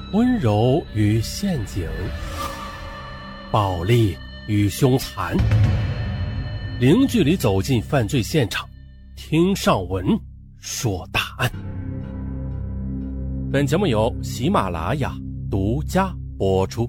温柔与陷阱，暴力与凶残，零距离走进犯罪现场，听上文说大案。本节目由喜马拉雅独家播出。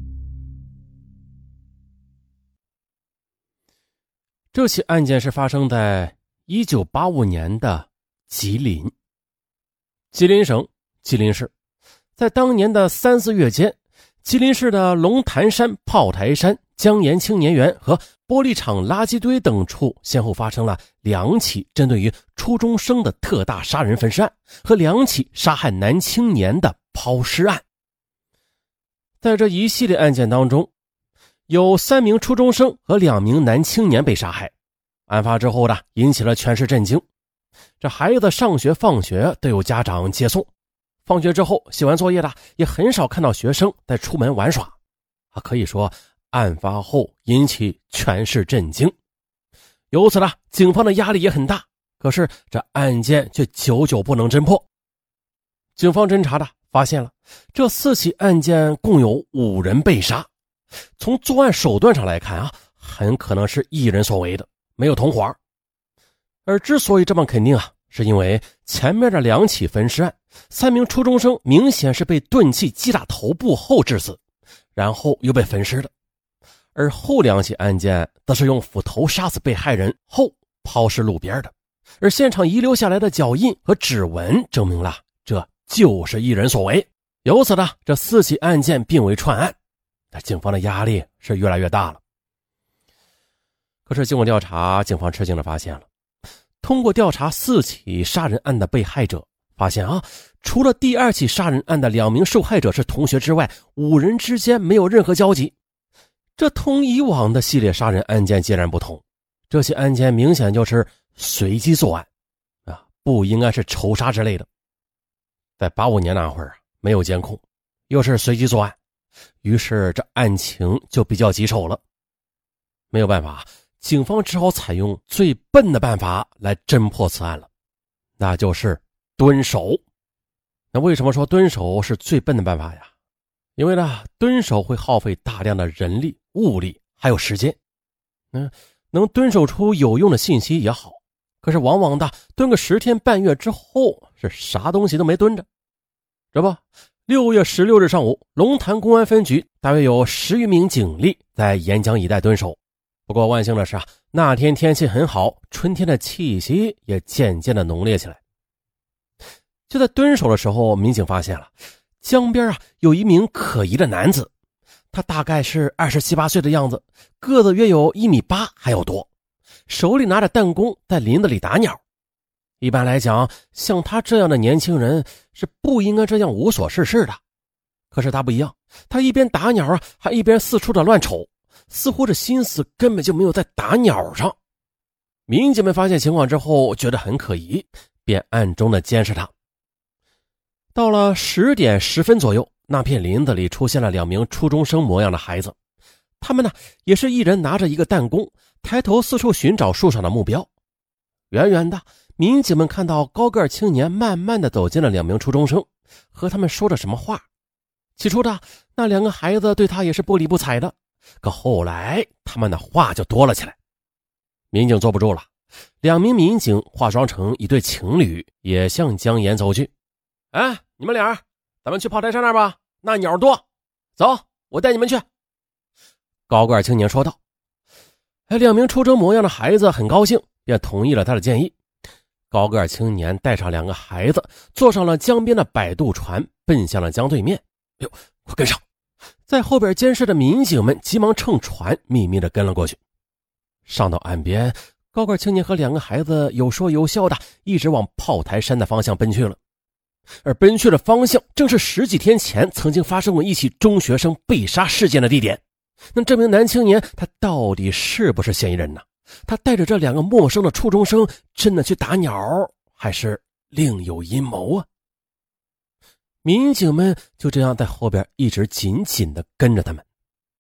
这起案件是发生在1985年的吉林。吉林省吉林市，在当年的3、4月间，吉林市的龙潭山、炮台山、江岩青年园和玻璃厂垃圾堆等处先后发生了2起针对于初中生的特大杀人分尸案和2起杀害男青年的抛尸案。在这一系列案件当中，有3名初中生和2名男青年被杀害。案发之后呢，引起了全市震惊。这孩子上学放学都有家长接送，放学之后写完作业的也很少看到学生在出门玩耍。可以说案发后引起全市震惊，由此呢，警方的压力也很大。可是这案件却久久不能侦破。警方侦查的发现了这4起案件共有5人被杀。从作案手段上来看很可能是一人所为的，没有同伙。而之所以这么肯定是因为前面的2起分尸案，3名初中生明显是被钝器击打头部后致死，然后又被分尸的。而后2起案件则是用斧头杀死被害人后抛尸路边的，而现场遗留下来的脚印和指纹证明了这就是一人所为。由此呢，这4起案件并为串案，但警方的压力是越来越大了。可是经过调查，警方吃惊地发现了，通过调查4起杀人案的被害者，发现除了第2起杀人案的2名受害者是同学之外，5人之间没有任何交集。这同以往的系列杀人案件截然不同，这起案件明显就是随机作案不应该是仇杀之类的。在85年那会儿没有监控，又是随机作案，于是这案情就比较棘手了。没有办法，警方只好采用最笨的办法来侦破此案了，那就是蹲守。那为什么说蹲守是最笨的办法呀？因为呢，蹲守会耗费大量的人力、物力还有时间。能蹲守出有用的信息也好，可是往往的蹲个10天半月之后是啥东西都没蹲着。这不，6月16日上午，龙潭公安分局大约有10余名警力在沿江一带蹲守。不过万幸的是那天天气很好，春天的气息也渐渐的浓烈起来。就在蹲守的时候，民警发现了江边有一名可疑的男子，他大概是27、28岁的样子，个子约有1.8米还要多，手里拿着弹弓在林子里打鸟。一般来讲，像他这样的年轻人是不应该这样无所事事的。可是他不一样，他一边打鸟还一边四处的乱瞅，似乎这心思根本就没有在打鸟上。民警们发现情况之后觉得很可疑，便暗中的监视他。到了10点10分左右，那片林子里出现了2名初中生模样的孩子，他们呢也是一人拿着一个弹弓，抬头四处寻找树上的目标。远远的，民警们看到高个青年慢慢的走进了2名初中生，和他们说着什么话。起初的那2个孩子对他也是不理不睬的，可后来他们的话就多了起来。民警坐不住了，2名民警化妆成一对情侣，也向江岩走去。你们俩，咱们去炮台山那儿吧，那鸟多，走，我带你们去。高个青年说道。2名初中模样的孩子很高兴，便同意了他的建议。高个青年带上2个孩子，坐上了江边的摆渡船，奔向了江对面。快跟上！在后边监视的民警们急忙乘船秘密地跟了过去。上到岸边，高个青年和2个孩子有说有笑的一直往炮台山的方向奔去了。而奔去的方向正是10几天前曾经发生过一起中学生被杀事件的地点。那这名男青年他到底是不是嫌疑人呢？他带着这2个陌生的初中生真的去打鸟，还是另有阴谋啊？民警们就这样在后边一直紧紧地跟着他们。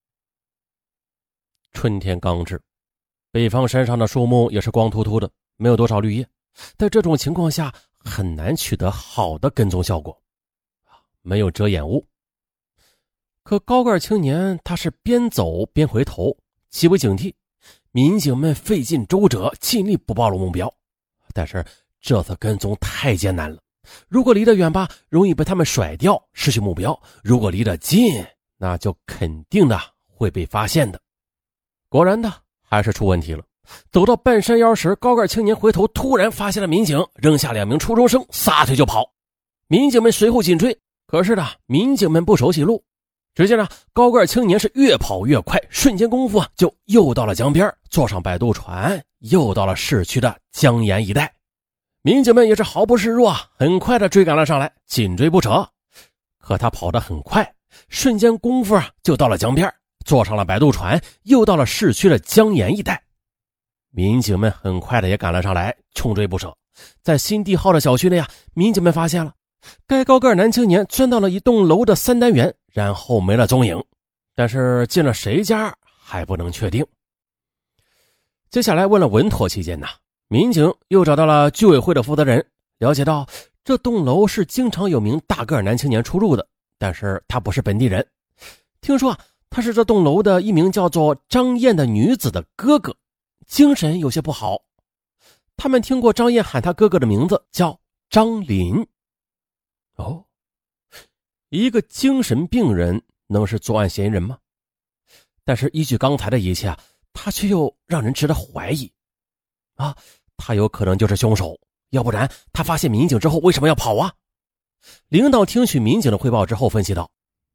春天刚至，北方山上的树木也是光秃秃的，没有多少绿叶，在这种情况下很难取得好的跟踪效果。没有遮掩物， 可高个青年他是边走边回头，极为警惕。民警们费尽周折，尽力不暴露目标，但是这次跟踪太艰难了。如果离得远吧，容易被他们甩掉，失去目标；如果离得近，那就肯定的会被发现的。果然的，还是出问题了。走到半山腰时，高个青年回头，突然发现了民警，扔下2名初中生，撒腿就跑。民警们随后紧追，可是呢，民警们不熟悉路。只见高个青年是越跑越快，瞬间功夫就又到了江边，坐上摆渡船，又到了市区的江沿一带。民警们也是毫不示弱，很快的追赶了上来，紧追不舍。可他跑得很快，瞬间功夫就到了江边，坐上了摆渡船，又到了市区的江沿一带。民警们很快的也赶了上来，穷追不舍。在新帝号的小区内民警们发现了该高个男青年钻到了一栋楼的3单元，然后没了踪影，但是进了谁家还不能确定。接下来为了稳妥起见民警又找到了居委会的负责人，了解到这栋楼是经常有名大个男青年出入的，但是他不是本地人。听说他是这栋楼的一名叫做张燕的女子的哥哥，精神有些不好。他们听过张燕喊他哥哥的名字叫张林。一个精神病人能是作案嫌疑人吗？但是依据刚才的一切他却又让人值得怀疑他有可能就是凶手，要不然他发现民警之后为什么要跑领导听取民警的汇报之后分析道，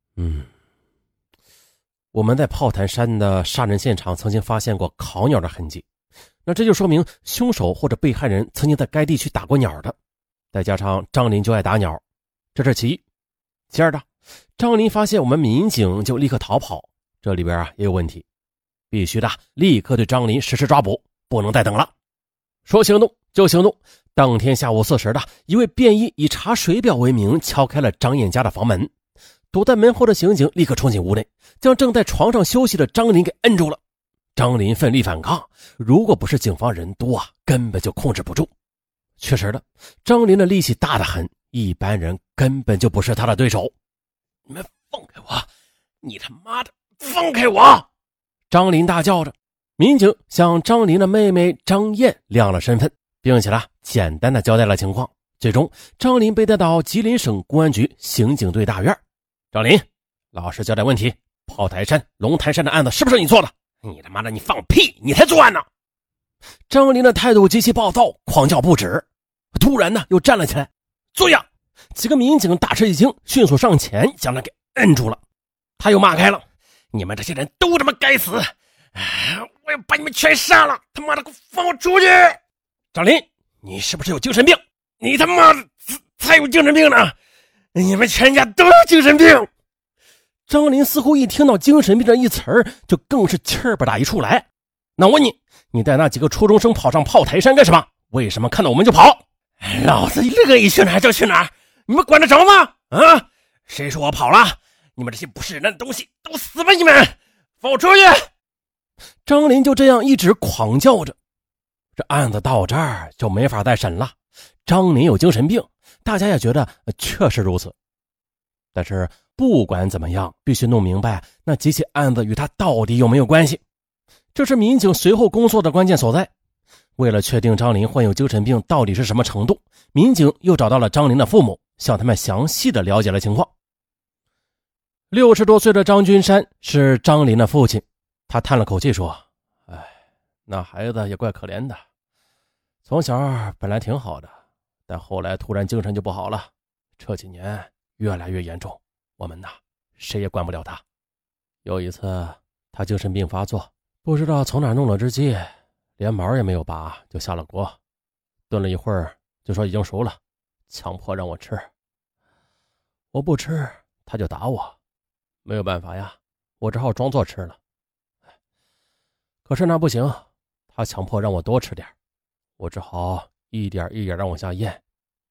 我们在炮台山的杀人现场曾经发现过烤鸟的痕迹，那这就说明凶手或者被害人曾经在该地区打过鸟的，再加上张林就爱打鸟，这是其一。其二的，张林发现我们民警就立刻逃跑，这里边也有问题，必须的立刻对张林实施抓捕，不能再等了。说行动就行动，当天下午4时的，一位便衣以查水表为名敲开了张燕家的房门，躲在门后的刑警立刻冲进屋内，将正在床上休息的张林给摁住了。张林奋力反抗，如果不是警方人多根本就控制不住。确实的，张林的力气大得很，一般人根本就不是他的对手。你们放开我，你他妈的放开我！张林大叫着。民警向张林的妹妹张燕亮了身份，并且简单的交代了情况。最终张林被带到吉林省公安局刑警队大院。张林，老实交代问题，炮台山龙台山的案子是不是你做的？你他妈的你放屁，你才作案呢！张林的态度极其暴躁，狂叫不止。突然又站了起来，坐下。几个民警大吃一惊，迅速上前将他给摁住了。他又骂开了，你们这些人都他妈该死，我要把你们全杀了，他妈的给我放我出去！张林，你是不是有精神病？你他妈的才有精神病呢！你们全家都有精神病！张林似乎一听到精神病这一词儿，就更是气儿不打一处来。那我问你，你带那几个初中生跑上炮台山干什么？为什么看到我们就跑？老子乐意去哪儿就去哪儿，你们管得着吗？谁说我跑了？你们这些不是人的东西，都死吧你们！放我出去！张林就这样一直狂叫着。这案子到这儿就没法再审了。张林有精神病，大家也觉得确实如此。但是不管怎么样，必须弄明白那几起案子与他到底有没有关系，这是民警随后工作的关键所在。为了确定张林患有精神病到底是什么程度，民警又找到了张林的父母，向他们详细的了解了情况。60多岁的张君山是张林的父亲，他叹了口气说，那孩子也怪可怜的，从小本来挺好的，但后来突然精神就不好了，这几年越来越严重，我们谁也管不了他。有一次他精神病发作，不知道从哪弄了只鸡，连毛也没有拔就下了锅，炖了一会儿就说已经熟了，强迫让我吃。我不吃他就打我，没有办法呀，我只好装作吃了。可是那不行，他强迫让我多吃点，我只好一点一点让往下咽。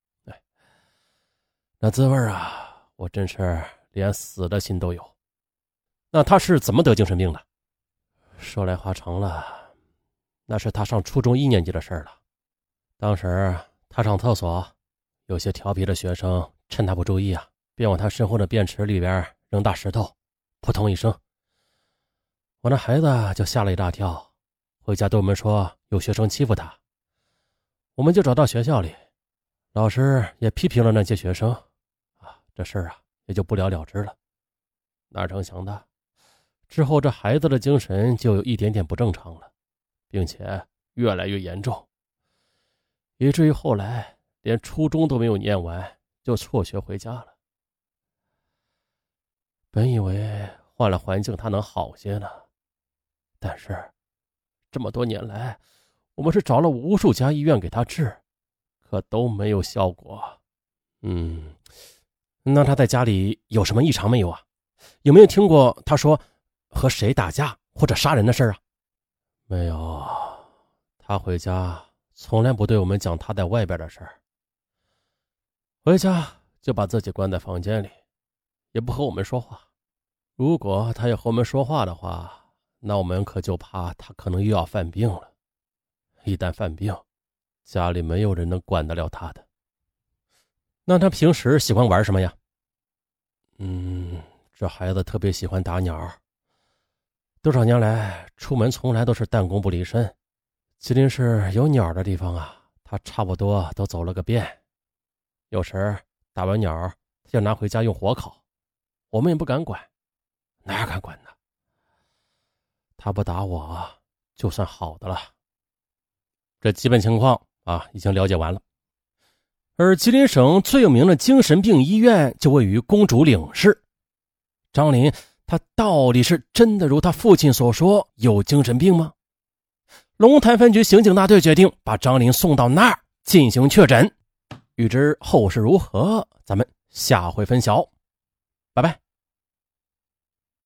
那滋味我真是连死的心都有。那他是怎么得精神病的？说来话长了，那是他上初中1年级的事了。当时他上厕所，有些调皮的学生趁他不注意便往他身后的便池里边扔大石头， 扑通一声，我那孩子就吓了一大跳，回家对我们说有学生欺负他。我们就找到学校里，老师也批评了那些学生，这事儿也就不了了之了。哪成想的，之后这孩子的精神就有一点点不正常了，并且越来越严重，以至于后来连初中都没有念完就辍学回家了。本以为换了环境他能好些呢，但是这么多年来，我们是找了无数家医院给他治，可都没有效果。那他在家里有什么异常没有啊？有没有听过他说和谁打架或者杀人的事啊？没有，他回家从来不对我们讲他在外边的事儿，回家就把自己关在房间里，也不和我们说话。如果他要和我们说话的话，那我们可就怕他可能又要犯病了。一旦犯病，家里没有人能管得了他的。那他平时喜欢玩什么呀？这孩子特别喜欢打鸟，多少年来出门从来都是弹弓不离身。吉林市有鸟的地方他差不多都走了个遍。有时打完鸟，他就拿回家用火烤，我们也不敢管，哪敢管呢？他不打我，就算好的了。这基本情况已经了解完了。而吉林省最有名的精神病医院就位于公主岭市。张林他到底是真的如他父亲所说有精神病吗？龙潭分局刑警大队决定把张林送到那儿进行确诊。欲知后事如何，咱们下回分晓。